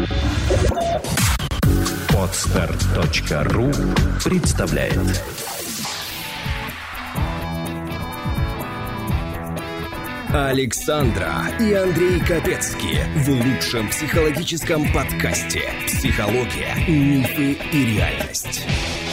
Podster.ru представляет. Александра и Андрей Капецки в лучшем психологическом подкасте «Психология, мифы и реальность».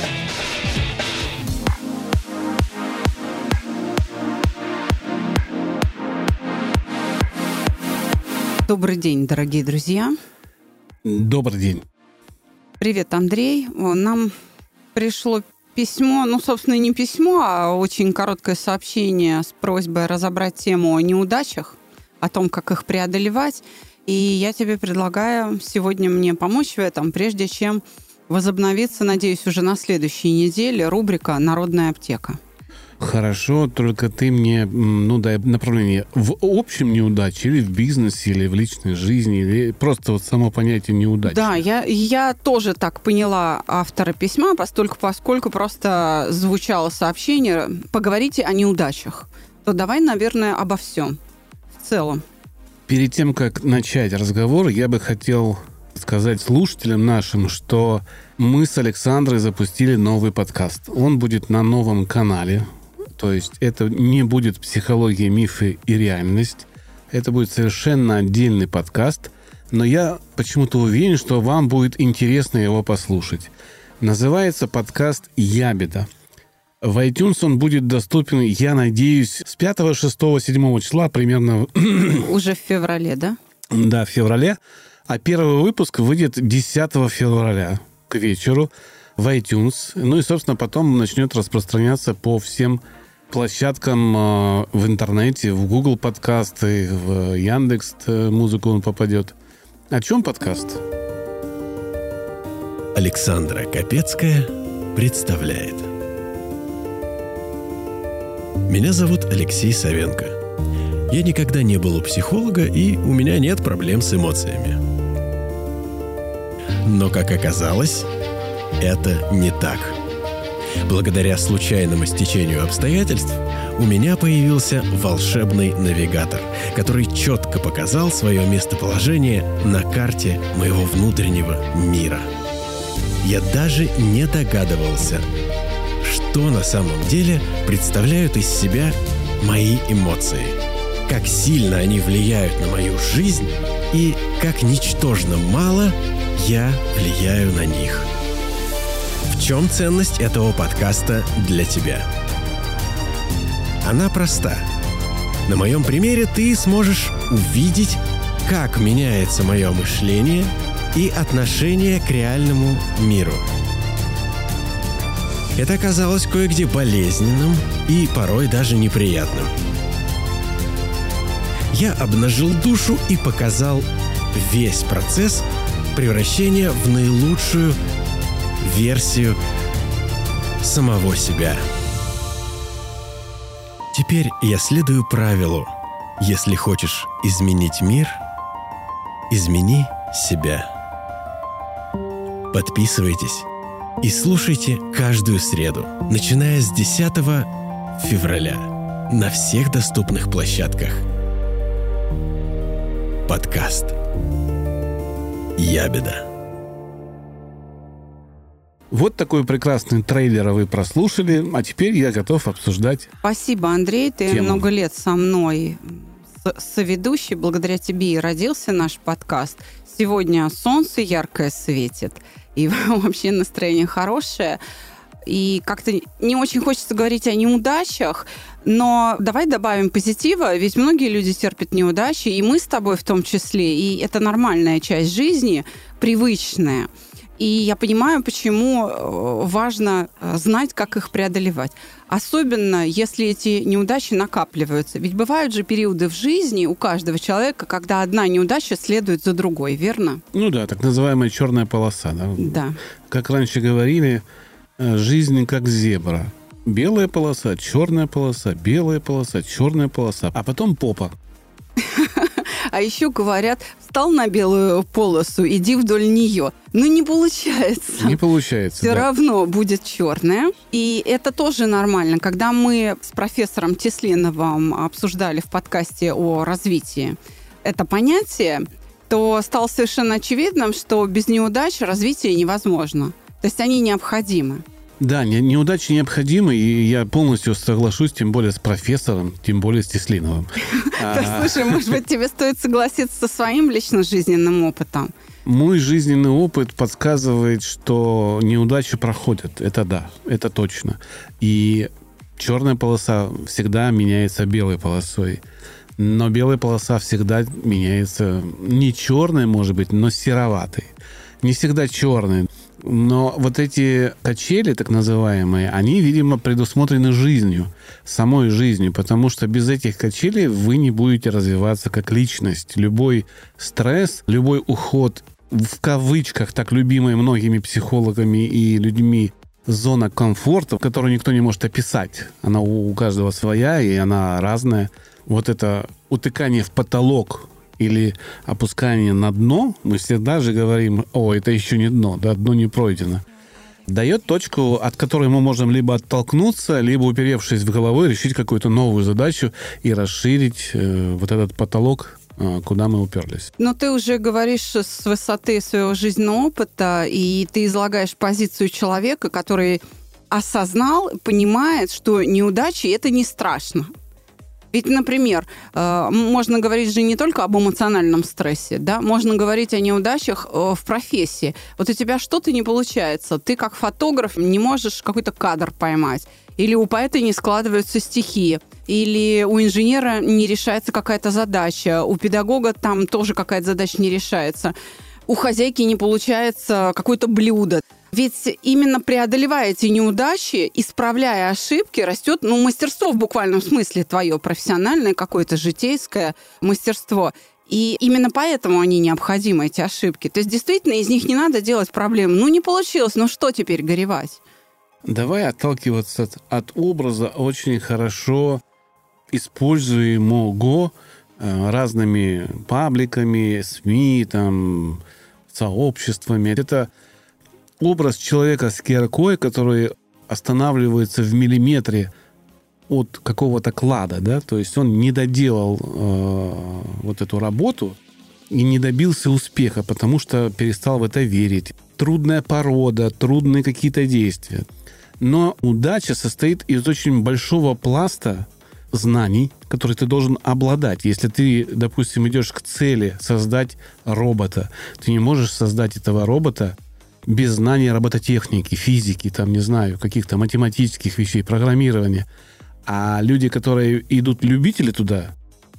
Добрый день, дорогие друзья. Добрый день. Привет, Андрей. Нам пришло письмо, собственно, не письмо, а очень короткое сообщение с просьбой разобрать тему о неудачах, о том, как их преодолевать. И я тебе предлагаю сегодня мне помочь в этом, прежде чем возобновиться, надеюсь, уже на следующей неделе рубрика «Народная аптека». Хорошо, только ты мне дай направление в общем неудаче или в бизнесе, или в личной жизни, или просто вот само понятие неудачи. Да, я тоже так поняла автора письма, поскольку просто звучало сообщение «Поговорите о неудачах». То давай, наверное, обо всем в целом. Перед тем, как начать разговор, я бы хотел сказать слушателям нашим, что мы с Александрой запустили новый подкаст. Он будет на новом канале. То есть это не будет «Психология, мифы и реальность». Это будет совершенно отдельный подкаст. Но я почему-то уверен, что вам будет интересно его послушать. Называется подкаст «Ябеда». В iTunes он будет доступен, я надеюсь, с 5, 6, 7 числа примерно. Уже в феврале, да? Да, в феврале. А первый выпуск выйдет 10 февраля к вечеру в iTunes. И, собственно, потом начнет распространяться по всем площадкам в интернете, в Google подкасты, в Яндекс музыку он попадет. О чем подкаст? Александра Капецкая представляет. Меня зовут Алексей Савенко. Я никогда не был у психолога, и у меня нет проблем с эмоциями. Но, как оказалось, это не так. Благодаря случайному стечению обстоятельств у меня появился волшебный навигатор, который четко показал свое местоположение на карте моего внутреннего мира. Я даже не догадывался, что на самом деле представляют из себя мои эмоции, как сильно они влияют на мою жизнь и как ничтожно мало я влияю на них. В чем ценность этого подкаста для тебя? Она проста. На моем примере ты сможешь увидеть, как меняется мое мышление и отношение к реальному миру. Это оказалось кое-где болезненным и порой даже неприятным. Я обнажил душу и показал весь процесс превращения в наилучшую версию самого себя. Теперь я следую правилу: если хочешь изменить мир, измени себя. Подписывайтесь и слушайте каждую среду, начиная с 10 февраля на всех доступных площадках. Подкаст «Ябеда». Вот такой прекрасный трейлер вы прослушали, а теперь я готов обсуждать. Спасибо, Андрей. Ты тему. Много лет со мной соведущий. Благодаря тебе и родился наш подкаст. Сегодня солнце яркое светит, и вообще настроение хорошее. И как-то не очень хочется говорить о неудачах, но давай добавим позитива, ведь многие люди терпят неудачи, и мы с тобой в том числе, и это нормальная часть жизни, привычная. И я понимаю, почему важно знать, как их преодолевать. Особенно, если эти неудачи накапливаются. Ведь бывают же периоды в жизни у каждого человека, когда одна неудача следует за другой, верно? Да, так называемая черная полоса. Да? Да. Как раньше говорили, жизнь как зебра. Белая полоса, черная полоса, белая полоса, черная полоса, а потом попа. А еще говорят, встал на белую полосу, иди вдоль нее. Но не получается. Не получается, Все равно будет черная. И это тоже нормально. Когда мы с профессором Теслиновым обсуждали в подкасте о развитии это понятие, то стало совершенно очевидным, что без неудач развитие невозможно. То есть они необходимы. Да, неудачи необходимы, и я полностью соглашусь, тем более с профессором, тем более с Теслиновым. Слушай, может быть, тебе стоит согласиться со своим лично жизненным опытом? Мой жизненный опыт подсказывает, что неудачи проходят. Это да, это точно. И черная полоса всегда меняется белой полосой. Но белая полоса всегда меняется не черной, может быть, но сероватой. Не всегда черной. Но вот эти качели, так называемые, они, видимо, предусмотрены жизнью, самой жизнью, потому что без этих качелей вы не будете развиваться как личность. Любой стресс, любой уход, в кавычках, так любимой многими психологами и людьми, зона комфорта, которую никто не может описать. Она у каждого своя, и она разная. Вот это утыкание в потолок или опускание на дно, мы всегда же говорим: о, это еще не дно, да, дно не пройдено. Дает точку, от которой мы можем либо оттолкнуться, либо, уперевшись в головой, решить какую-то новую задачу и расширить вот этот потолок, куда мы уперлись. Но ты уже говоришь с высоты своего жизненного опыта, и ты излагаешь позицию человека, который осознал, понимает, что неудачи – это не страшно. Ведь, например, можно говорить же не только об эмоциональном стрессе, да, можно говорить о неудачах в профессии. Вот у тебя что-то не получается, ты как фотограф не можешь какой-то кадр поймать, или у поэта не складываются стихи, или у инженера не решается какая-то задача, у педагога там тоже какая-то задача не решается, у хозяйки не получается какое-то блюдо. Ведь именно преодолевая эти неудачи, исправляя ошибки, растет мастерство в буквальном смысле твое, профессиональное какое-то житейское мастерство. И именно поэтому они необходимы, эти ошибки. То есть действительно из них не надо делать проблем. Не получилось, что теперь горевать? Давай отталкиваться от образа очень хорошо используемого разными пабликами, СМИ, сообществами. Это образ человека с киркой, который останавливается в миллиметре от какого-то клада, да, то есть он не доделал вот эту работу и не добился успеха, потому что перестал в это верить. Трудная порода, трудные какие-то действия. Но удача состоит из очень большого пласта знаний, которые ты должен обладать. Если ты, допустим, идешь к цели создать робота, ты не можешь создать этого робота без знания робототехники, физики, каких-то математических вещей, программирования. А люди, которые идут любители туда,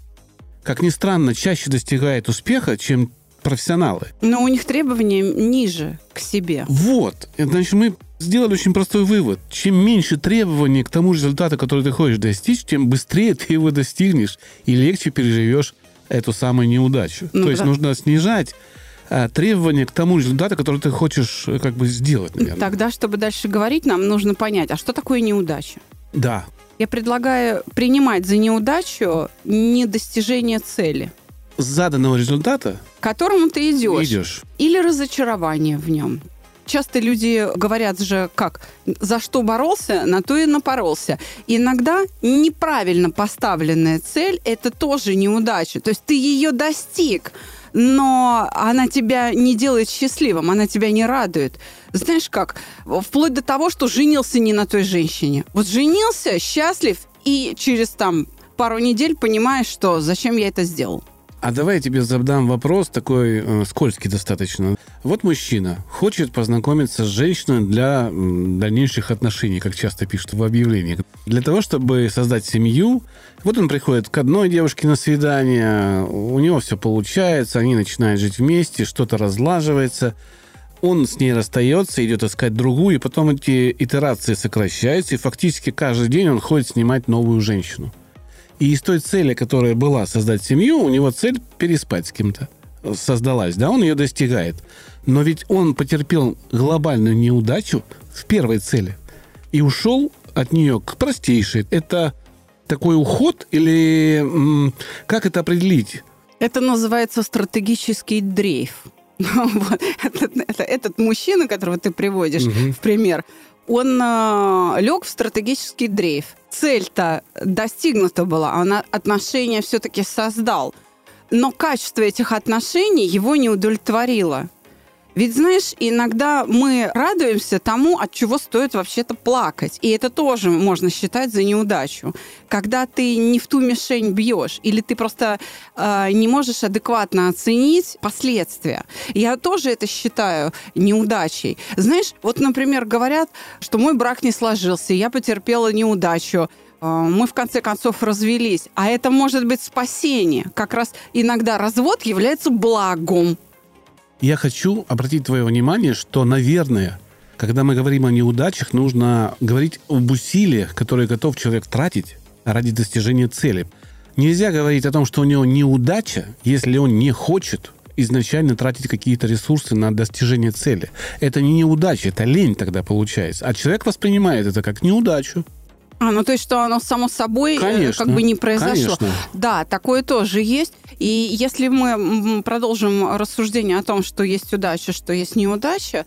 как ни странно, чаще достигают успеха, чем профессионалы. Но у них требования ниже к себе. Вот. Значит, мы сделали очень простой вывод. Чем меньше требований к тому результату, который ты хочешь достичь, тем быстрее ты его достигнешь и легче переживешь эту самую неудачу. То есть нужно снижать требования к тому результату, который ты хочешь сделать, наверное. Тогда, чтобы дальше говорить, нам нужно понять, а что такое неудача? Да. Я предлагаю принимать за неудачу недостижение цели. Заданного результата, к которому ты идешь. Или разочарование в нем. Часто люди говорят же, за что боролся, на то и напоролся. Иногда неправильно поставленная цель – это тоже неудача. То есть ты ее достиг, но она тебя не делает счастливым, она тебя не радует. Знаешь как? Вплоть до того, что женился не на той женщине. Вот женился, счастлив, и через пару недель понимаешь, что зачем я это сделал. А давай я тебе задам вопрос такой скользкий достаточно. Вот мужчина хочет познакомиться с женщиной для дальнейших отношений, как часто пишут в объявлениях. Для того, чтобы создать семью, вот он приходит к одной девушке на свидание, у него все получается, они начинают жить вместе, что-то разлаживается. Он с ней расстается, идет искать другую, и потом эти итерации сокращаются, и фактически каждый день он ходит снимать новую женщину. И из той цели, которая была создать семью, у него цель переспать с кем-то создалась, да, он ее достигает. Но ведь он потерпел глобальную неудачу в первой цели и ушел от нее к простейшей. Это такой уход или как это определить? Это называется стратегический дрейф. Этот мужчина, которого ты приводишь в пример, он лег в стратегический дрейф. Цель-то достигнута была, он отношения все-таки создал. но качество этих отношений его не удовлетворило. Ведь, знаешь, иногда мы радуемся тому, от чего стоит вообще-то плакать. И это тоже можно считать за неудачу. Когда ты не в ту мишень бьешь, или ты просто не можешь адекватно оценить последствия. Я тоже это считаю неудачей. Знаешь, вот, например, говорят, что мой брак не сложился, я потерпела неудачу. Мы, в конце концов, развелись. А это может быть спасение. Как раз иногда развод является благом. Я хочу обратить твое внимание, что, наверное, когда мы говорим о неудачах, нужно говорить об усилиях, которые готов человек тратить ради достижения цели. Нельзя говорить о том, что у него неудача, если он не хочет изначально тратить какие-то ресурсы на достижение цели. Это не неудача, это лень тогда получается. А человек воспринимает это как неудачу. Ну то есть, что оно само собой конечно, как бы не произошло. Конечно. Да, такое тоже есть. И если мы продолжим рассуждение о том, что есть удача, что есть неудача,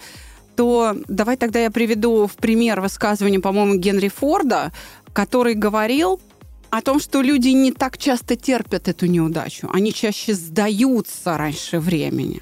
то давай тогда я приведу в пример высказывание, по-моему, Генри Форда, который говорил о том, что люди не так часто терпят эту неудачу. Они чаще сдаются раньше времени.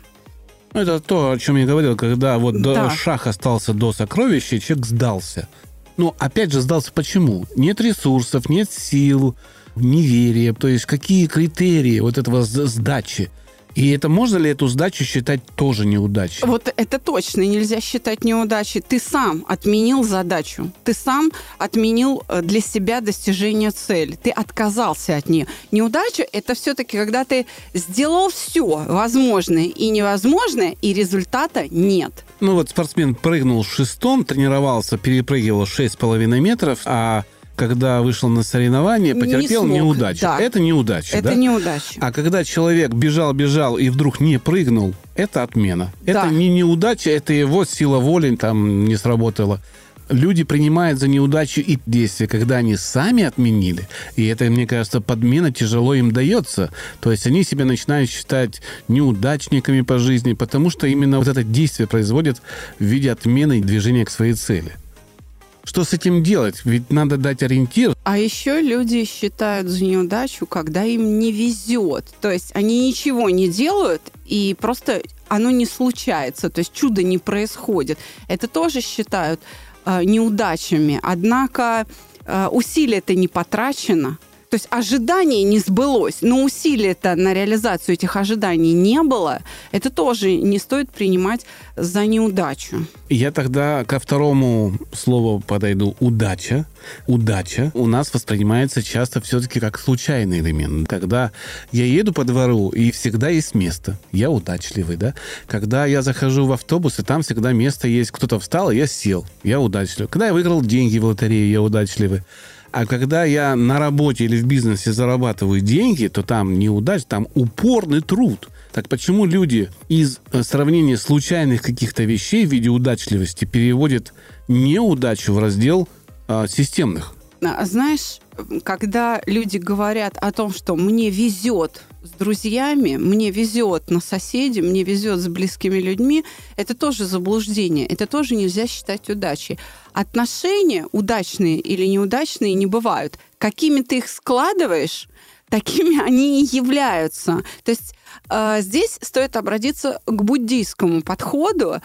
Это то, о чем я говорил, когда вот шах остался до сокровища, человек сдался. Но опять же сдался почему? Нет ресурсов, нет сил, неверия. То есть какие критерии вот этого сдачи? И это можно ли эту сдачу считать тоже неудачей? Вот это точно нельзя считать неудачей. Ты сам отменил задачу. Ты сам отменил для себя достижение цели. Ты отказался от нее. Неудача – это все-таки, когда ты сделал все возможное и невозможное, и результата нет. Ну вот спортсмен прыгнул в шестом, тренировался, перепрыгивал 6,5 метров, а когда вышел на соревнования, потерпел неудачу. Да. Это неудача, это неудача. А когда человек бежал и вдруг не прыгнул, это отмена. Да. Это не неудача, это его сила воли там не сработала. Люди принимают за неудачу и действия, когда они сами отменили. И это, мне кажется, подмена тяжело им дается. То есть они себя начинают считать неудачниками по жизни, потому что именно вот это действие производит в виде отмены движения к своей цели. Что с этим делать? Ведь надо дать ориентир. А еще люди считают за неудачу, когда им не везет. То есть они ничего не делают, и просто оно не случается. То есть чудо не происходит. Это тоже считают неудачами. Однако усилие-то не потрачено. То есть ожидание не сбылось, но усилия-то на реализацию этих ожиданий не было. Это тоже не стоит принимать за неудачу. Я тогда ко второму слову подойду. Удача. Удача у нас воспринимается часто все-таки как случайный элемент. Когда я еду по двору, и всегда есть место. Я удачливый, да? Когда я захожу в автобус, и там всегда место есть. Кто-то встал, и я сел. Я удачливый. Когда я выиграл деньги в лотерее, я удачливый. А когда я на работе или в бизнесе зарабатываю деньги, то там неудача, там упорный труд. Так почему люди из сравнения случайных каких-то вещей в виде удачливости переводят неудачу в раздел системных? Знаешь, когда люди говорят о том, что мне везет с друзьями, мне везет на соседей, мне везет с близкими людьми, это тоже заблуждение, это тоже нельзя считать удачей. Отношения, удачные или неудачные, не бывают. Какими ты их складываешь, такими они и являются. То есть здесь стоит обратиться к буддийскому подходу.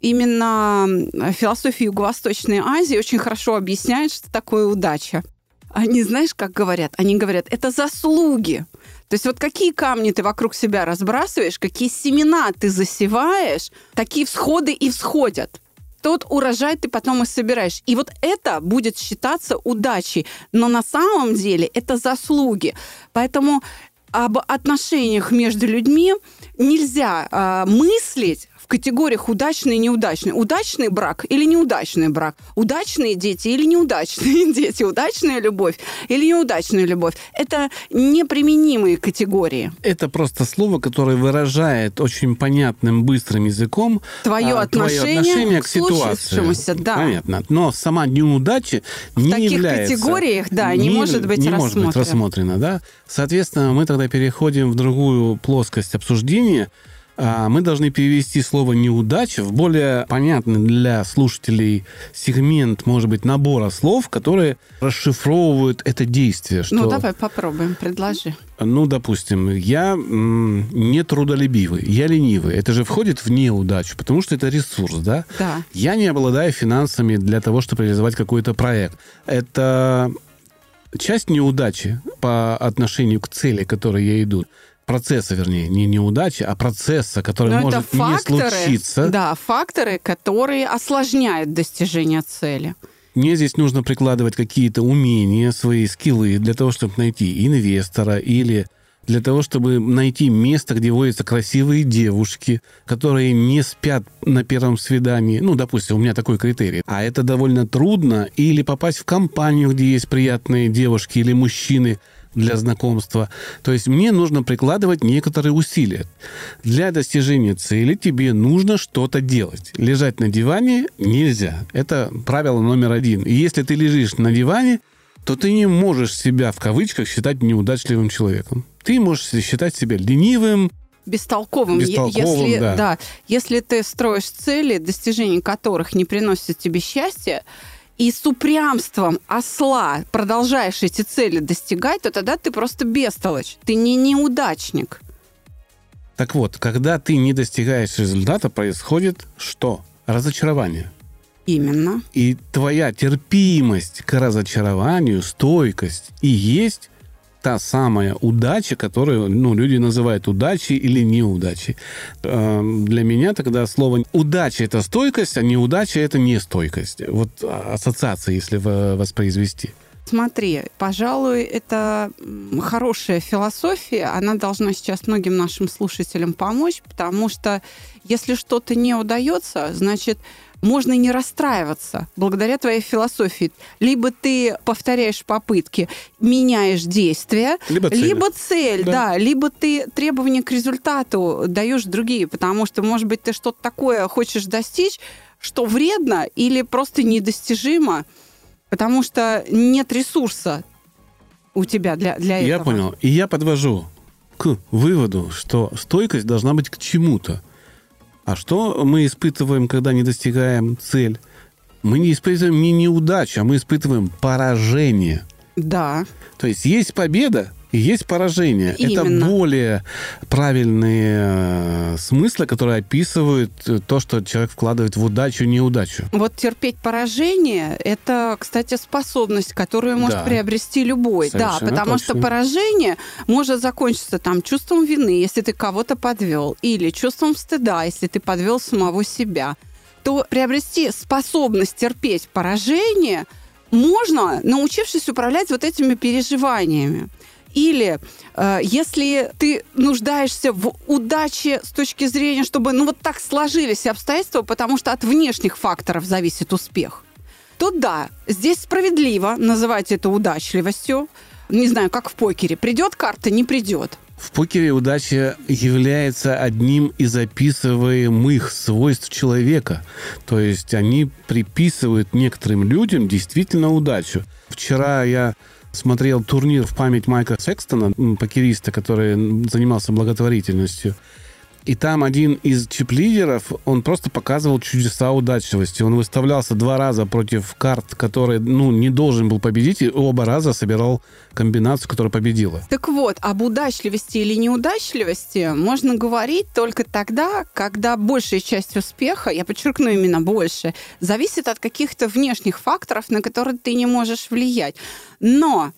Именно философия Юго-Восточной Азии очень хорошо объясняет, что такое удача. Они, знаешь, как говорят? Они говорят, это заслуги. То есть вот какие камни ты вокруг себя разбрасываешь, какие семена ты засеваешь, такие всходы и всходят. Тот урожай ты потом и собираешь. И вот это будет считаться удачей. Но на самом деле это заслуги. Поэтому об отношениях между людьми нельзя мыслить в категориях удачный и неудачный. Удачный брак или неудачный брак? Удачные дети или неудачные дети? Удачная любовь или неудачная любовь? Это неприменимые категории. Это просто слово, которое выражает очень понятным, быстрым языком твое отношение к ситуации. Да. Понятно. Но сама неудача не является... В таких категориях, да, не может быть рассмотрена. Да? Соответственно, мы тогда переходим в другую плоскость обсуждения. Мы должны перевести слово «неудача» в более понятный для слушателей сегмент, может быть, набора слов, которые расшифровывают это действие. Что... Ну, давай попробуем, предложи. Ну, допустим, я нетрудолюбивый, я ленивый. Это же входит в неудачу, потому что это ресурс, да? Да. Я не обладаю финансами для того, чтобы реализовать какой-то проект. Это часть неудачи по отношению к цели, к которой я иду. Процесса, вернее, не неудачи, а процесса, который может факторы, не случиться. Да, факторы, которые осложняют достижение цели. Мне здесь нужно прикладывать какие-то умения, свои скиллы для того, чтобы найти инвестора или для того, чтобы найти место, где водятся красивые девушки, которые не спят на первом свидании. Ну, допустим, у меня такой критерий. А это довольно трудно. Или попасть в компанию, где есть приятные девушки или мужчины, для знакомства. То есть мне нужно прикладывать некоторые усилия. Для достижения цели тебе нужно что-то делать. Лежать на диване нельзя. Это правило номер 1. И если ты лежишь на диване, то ты не можешь себя, в кавычках, считать неудачливым человеком. Ты можешь считать себя ленивым, бестолковым, если, да. Если ты строишь цели, достижение которых не приносит тебе счастья, и с упрямством осла продолжаешь эти цели достигать, то тогда ты просто бестолочь. Ты не неудачник. Так вот, когда ты не достигаешь результата, происходит что? Разочарование. Именно. И твоя терпимость к разочарованию, стойкость и есть та самая удача, которую люди называют удачей или неудачей. Для меня тогда слово «удача» — это стойкость, а неудача — это нестойкость. Вот ассоциация, если воспроизвести. Смотри, пожалуй, это хорошая философия. Она должна сейчас многим нашим слушателям помочь, потому что если что-то не удается, значит, можно не расстраиваться благодаря твоей философии. Либо ты повторяешь попытки, меняешь действия, либо цель, да, либо ты требования к результату даешь другие, потому что, может быть, ты что-то такое хочешь достичь, что вредно или просто недостижимо, потому что нет ресурса у тебя для этого. Я понял. И я подвожу к выводу, что стойкость должна быть к чему-то. А что мы испытываем, когда не достигаем цель? Мы не испытываем не неудачу, а мы испытываем поражение. Да. То есть победа и есть поражение. Именно. Это более правильные смыслы, которые описывают то, что человек вкладывает в удачу и неудачу. Вот терпеть поражение – это, кстати, способность, которую может приобрести любой. Совершенно да, потому точно. что поражение может закончиться чувством вины, если ты кого-то подвел, или чувством стыда, если ты подвел самого себя. То приобрести способность терпеть поражение можно, научившись управлять вот этими переживаниями. Или если ты нуждаешься в удаче с точки зрения, чтобы вот так сложились обстоятельства, потому что от внешних факторов зависит успех, то да, здесь справедливо называть это удачливостью. Не знаю, как в покере. Придет карта, не придет. В покере удача является одним из описываемых свойств человека. То есть они приписывают некоторым людям действительно удачу. Вчера я смотрел турнир в память Майка Секстона, покериста, который занимался благотворительностью. И там один из чип-лидеров, он просто показывал чудеса удачливости. Он выставлялся 2 раза против карт, которые, не должен был победить, и оба раза собирал комбинацию, которая победила. Так вот, об удачливости или неудачливости можно говорить только тогда, когда большая часть успеха, я подчеркну именно больше, зависит от каких-то внешних факторов, на которые ты не можешь влиять. Но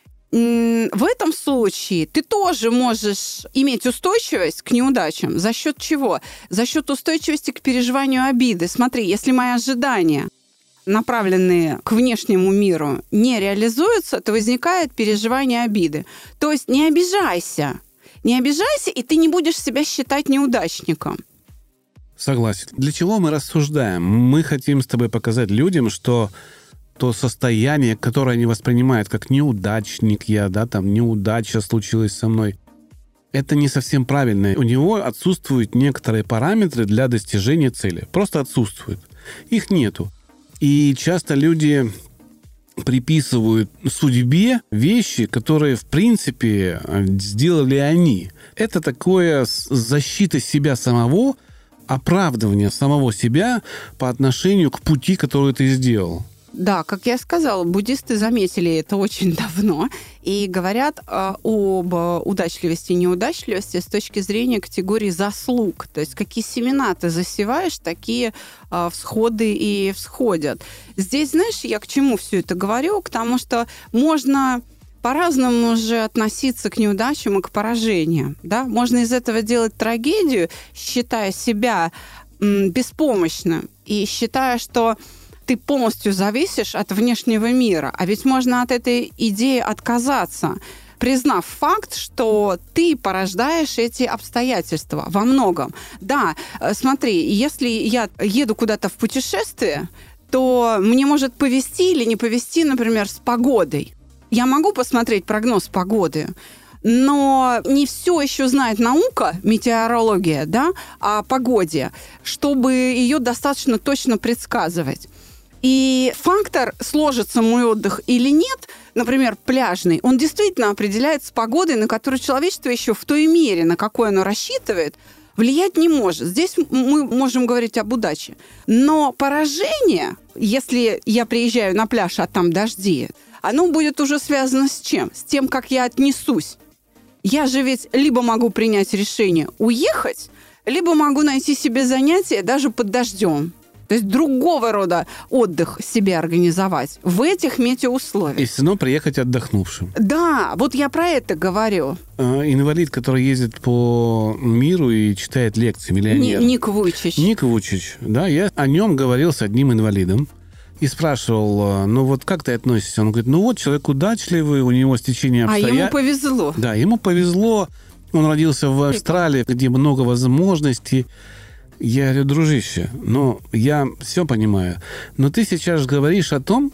в этом случае ты тоже можешь иметь устойчивость к неудачам. За счет чего? За счет устойчивости к переживанию обиды. Смотри, если мои ожидания, направленные к внешнему миру, не реализуются, то возникает переживание обиды. То есть не обижайся. Не обижайся, и ты не будешь себя считать неудачником. Согласен. Для чего мы рассуждаем? Мы хотим с тобой показать людям, что то состояние, которое они воспринимают как неудачник, неудача случилась со мной, это не совсем правильно. У него отсутствуют некоторые параметры для достижения цели. Просто отсутствуют. Их нету. И часто люди приписывают судьбе вещи, которые, в принципе, сделали они. Это такое защита себя самого, оправдывание самого себя по отношению к пути, который ты сделал. Да, как я сказала, буддисты заметили это очень давно и говорят об удачливости и неудачливости с точки зрения категории заслуг. То есть какие семена ты засеваешь, такие всходы и всходят. Здесь, знаешь, я к чему все это говорю? К тому, что можно по-разному уже относиться к неудачам и к поражениям. Да? Можно из этого делать трагедию, считая себя беспомощным и считая, что ты полностью зависишь от внешнего мира. А ведь можно от этой идеи отказаться, признав факт, что ты порождаешь эти обстоятельства во многом. Да, смотри, если я еду куда-то в путешествие, то мне может повезти или не повезти, например, с погодой. Я могу посмотреть прогноз погоды, но не все еще знает наука, метеорология, да, о погоде, чтобы ее достаточно точно предсказывать. И фактор, сложится мой отдых или нет, например, пляжный, он действительно определяется погодой, на которую человечество еще в той мере, на какой оно рассчитывает, влиять не может. Здесь мы можем говорить об удаче. Но поражение, если я приезжаю на пляж, а там дожди, оно будет уже связано с чем? С тем, как я отнесусь. Я же ведь либо могу принять решение уехать, либо могу найти себе занятие даже под дождем. То есть другого рода отдых себе организовать в этих метеоусловиях. И все равно приехать отдохнувшим. Да, вот я про это говорю. Инвалид, который ездит по миру и читает лекции, миллионер. Ник Вуйчич. Ник Вуйчич, да, я о нем говорил с одним инвалидом и спрашивал, ну вот как ты относишься? Он говорит, ну вот человек удачливый, у него стечение обстоятельств. А ему повезло. Да, ему повезло. Он родился в Австралии, где много возможностей. Я говорю, дружище, ну, я все понимаю, но ты сейчас говоришь о том,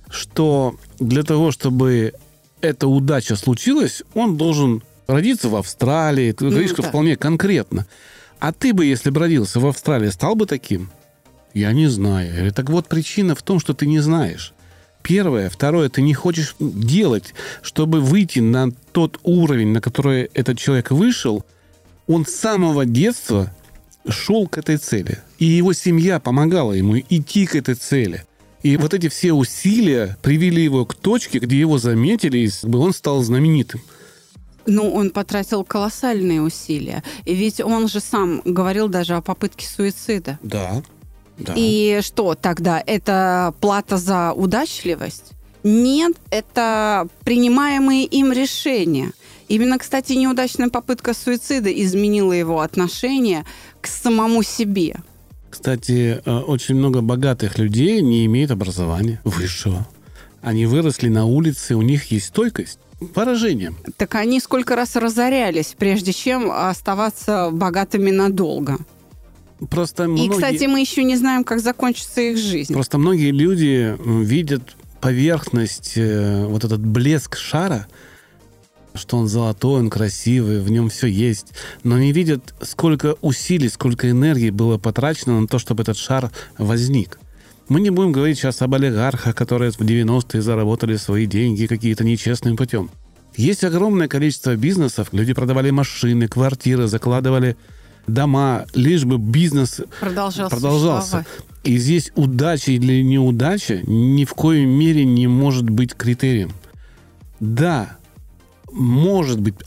что для того, чтобы эта удача случилась, он должен родиться в Австралии. Ты говоришь, что вполне конкретно. А ты бы, если бы родился в Австралии, стал бы таким? Я не знаю. Я говорю, так вот причина в том, что ты не знаешь. Первое. Второе, ты не хочешь делать, чтобы выйти на тот уровень, на который этот человек вышел. Он с самого детства шел к этой цели. И его семья помогала ему идти к этой цели. И вот эти все усилия привели его к точке, где его заметили, и он стал знаменитым. Ну, он потратил колоссальные усилия. И ведь он же сам говорил даже о попытке суицида. Да. Да. И что тогда? Это плата за удачливость? Нет, это принимаемые им решения. Именно, кстати, неудачная попытка суицида изменила его отношение к самому себе. Кстати, очень много богатых людей не имеют образования высшего. Они выросли на улице, у них есть стойкость к поражениям. Так они сколько раз разорялись, прежде чем оставаться богатыми надолго. Просто И, кстати, мы еще не знаем, как закончится их жизнь. Просто многие люди видят поверхность, вот этот блеск шара, что он золотой, он красивый, в нем все есть, но не видят, сколько усилий, сколько энергии было потрачено на то, чтобы этот шар возник. Мы не будем говорить сейчас об олигархах, которые в 90-е заработали свои деньги какие-то нечестным путем. Есть огромное количество бизнесов, люди продавали машины, квартиры, закладывали дома, лишь бы бизнес продолжался. И здесь удача или неудача ни в коей мере не может быть критерием. Да, может быть,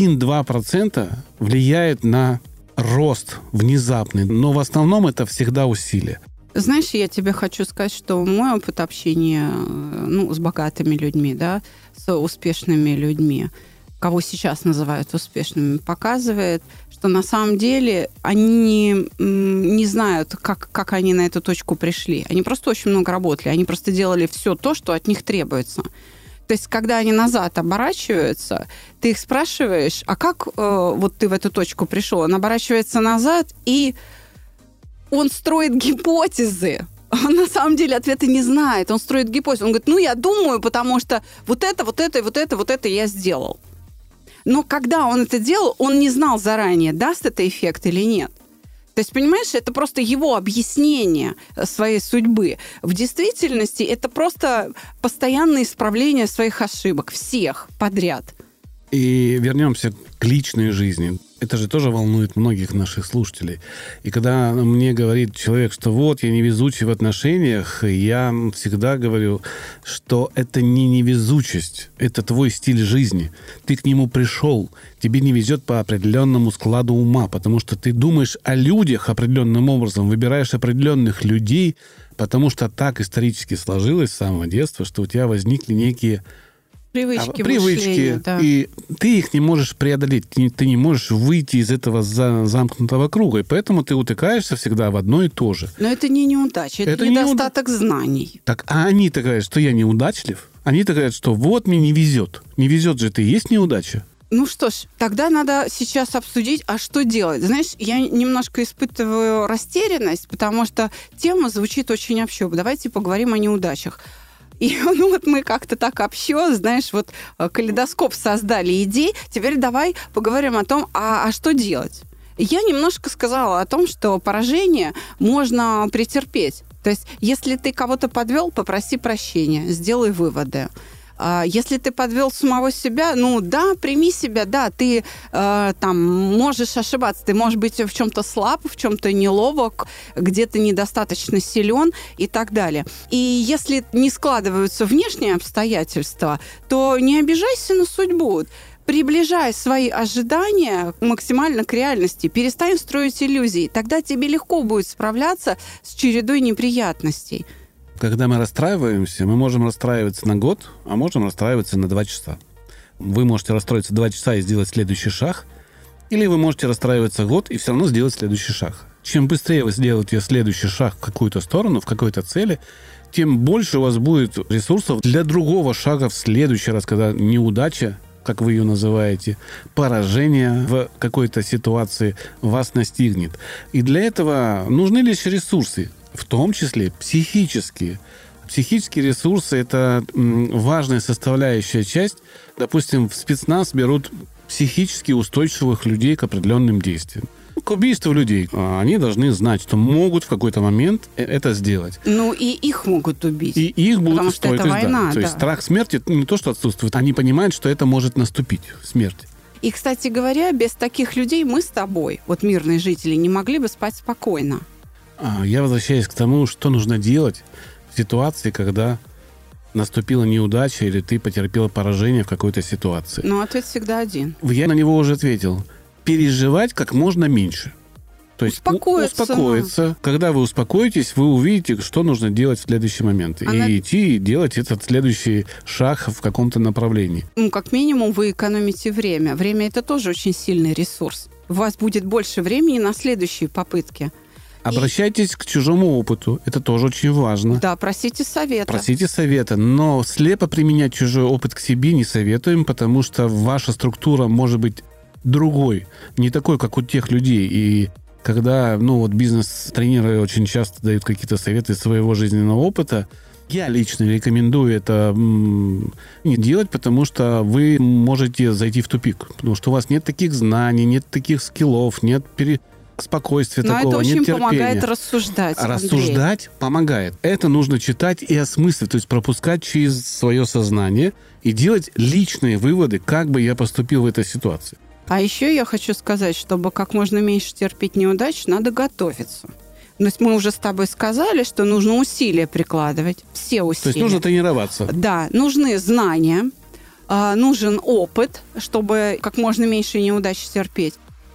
1-2% влияет на рост внезапный, но в основном это всегда усилия. Знаешь, я тебе хочу сказать, что мой опыт общения с богатыми людьми, да, с успешными людьми, кого сейчас называют успешными, показывает, что на самом деле они не знают, как они на эту точку пришли. Они просто очень много работали, они просто делали все то, что от них требуется. То есть, когда они назад оборачиваются, ты их спрашиваешь, а как вот ты в эту точку пришел? Он оборачивается назад, и он строит гипотезы. Он на самом деле ответа не знает. Он строит гипотезы. Он говорит, я думаю, потому что вот это я сделал. Но когда он это делал, он не знал заранее, даст это эффект или нет. То есть, понимаешь, это просто его объяснение своей судьбы. В действительности это просто постоянное исправление своих ошибок. Всех подряд. И вернемся к личной жизни. Это же тоже волнует многих наших слушателей. И когда мне говорит человек, что вот, я невезучий в отношениях, я всегда говорю, что это не невезучесть, это твой стиль жизни. Ты к нему пришел, тебе не везет по определенному складу ума, потому что ты думаешь о людях определенным образом, выбираешь определенных людей, потому что так исторически сложилось с самого детства, что у тебя возникли некие привычки, мышления, да. И ты их не можешь преодолеть, ты не можешь выйти из этого замкнутого круга, и поэтому ты утыкаешься всегда в одно и то же. Но это не неудача, это недостаток знаний. Так, а они-то говорят, что я неудачлив, они-то говорят, что вот мне не везет. Не везет же, это и есть неудача. Ну что ж, тогда надо сейчас обсудить, а что делать. Знаешь, я немножко испытываю растерянность, потому что тема звучит очень общо. Давайте поговорим о неудачах. И ну вот мы как-то так общо, знаешь, вот калейдоскоп создали идей. Теперь давай поговорим о том, а что делать. Я немножко сказала о том, что поражение можно претерпеть. То есть если ты кого-то подвел, попроси прощения, сделай выводы. Если ты подвел самого себя, ну да, прими себя, да, ты там можешь ошибаться, ты можешь быть в чем-то слаб, в чем-то неловок, где-то недостаточно силен и так далее. И если не складываются внешние обстоятельства, то не обижайся на судьбу. Приближай свои ожидания максимально к реальности, перестань строить иллюзии, тогда тебе легко будет справляться с чередой неприятностей. Когда мы расстраиваемся, мы можем расстраиваться на год, а можем расстраиваться на 2 часа. Вы можете расстроиться 2 часа и сделать следующий шаг, или вы можете расстраиваться год и все равно сделать следующий шаг. Чем быстрее вы сделаете следующий шаг в какую-то сторону, в какой-то цели, тем больше у вас будет ресурсов для другого шага в следующий раз, когда неудача, как вы ее называете, поражение в какой-то ситуации вас настигнет. И для этого нужны лишь ресурсы, в том числе психические. Психические ресурсы – это важная составляющая часть. Допустим, в спецназ берут психически устойчивых людей к определенным действиям. К убийству людей. Они должны знать, что могут в какой-то момент это сделать. Ну, и их могут убить. И их будут потому что это война, То есть страх смерти не то, что отсутствует. Они понимают, что это может наступить, смерть. И, кстати говоря, без таких людей мы с тобой, вот мирные жители, не могли бы спать спокойно. Я возвращаюсь к тому, что нужно делать в ситуации, когда наступила неудача или ты потерпела поражение в какой-то ситуации. Но ответ всегда один. Я на него уже ответил. Переживать как можно меньше. То есть успокоиться. Когда вы успокоитесь, вы увидите, что нужно делать в следующий момент. И идти и делать этот следующий шаг в каком-то направлении. Ну, как минимум, вы экономите время. Время – это тоже очень сильный ресурс. У вас будет больше времени на следующие попытки. Обращайтесь к чужому опыту. Это тоже очень важно. Да, просите совета. Просите совета. Но слепо применять чужой опыт к себе не советуем, потому что ваша структура может быть другой. Не такой, как у тех людей. И когда бизнес-тренеры очень часто дают какие-то советы из своего жизненного опыта, я лично рекомендую это не делать, потому что вы можете зайти в тупик. Потому что у вас нет таких знаний, нет таких скиллов, нет спокойствия такого, нет терпения. Но это очень помогает рассуждать. Рассуждать помогает. Это нужно читать и осмысливать, то есть пропускать через свое сознание и делать личные выводы, как бы я поступил в этой ситуации. А еще я хочу сказать, чтобы как можно меньше терпеть неудач, надо готовиться. То есть мы уже с тобой сказали, что нужно усилия прикладывать, все усилия. То есть нужно тренироваться. Да, нужны знания, нужен опыт, чтобы как можно меньше неудач терпеть.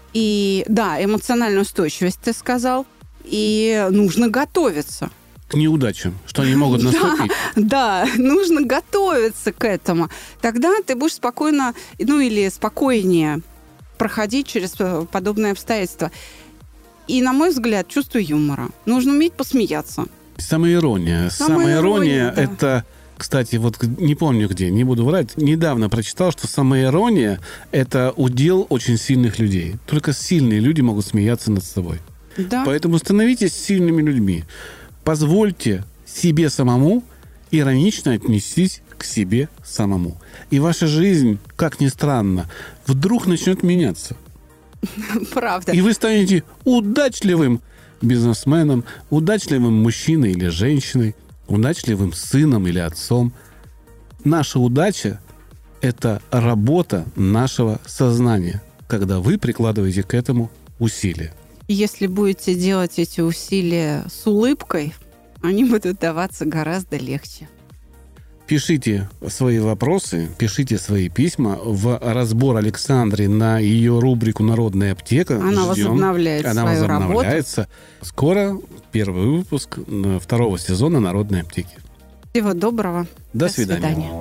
И да, эмоциональная устойчивость, ты сказал, и нужно готовиться. К неудачам, что они могут наступить. Да, нужно готовиться к этому. Тогда ты будешь спокойно, или спокойнее проходить через подобные обстоятельства. И, на мой взгляд, чувство юмора. Нужно уметь посмеяться. Самоирония. Самоирония да. Это... Кстати, вот не помню где, не буду врать, недавно прочитал, что самоирония – это удел очень сильных людей. Только сильные люди могут смеяться над собой. Да. Поэтому становитесь сильными людьми. Позвольте себе самому иронично отнестись к себе самому. И ваша жизнь, как ни странно, вдруг начнет меняться. Правда. И вы станете удачливым бизнесменом, удачливым мужчиной или женщиной, удачливым сыном или отцом. Наша удача – это работа нашего сознания, когда вы прикладываете к этому усилия. Если будете делать эти усилия с улыбкой, они будут даваться гораздо легче. Пишите свои вопросы, пишите свои письма в разбор Александры на ее рубрику «Народная аптека». Она возобновляет свою работу. Скоро первый выпуск второго сезона «Народной аптеки». Всего доброго. До свидания.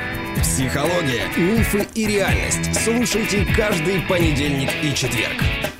Психология, мифы и реальность. Слушайте каждый понедельник и четверг.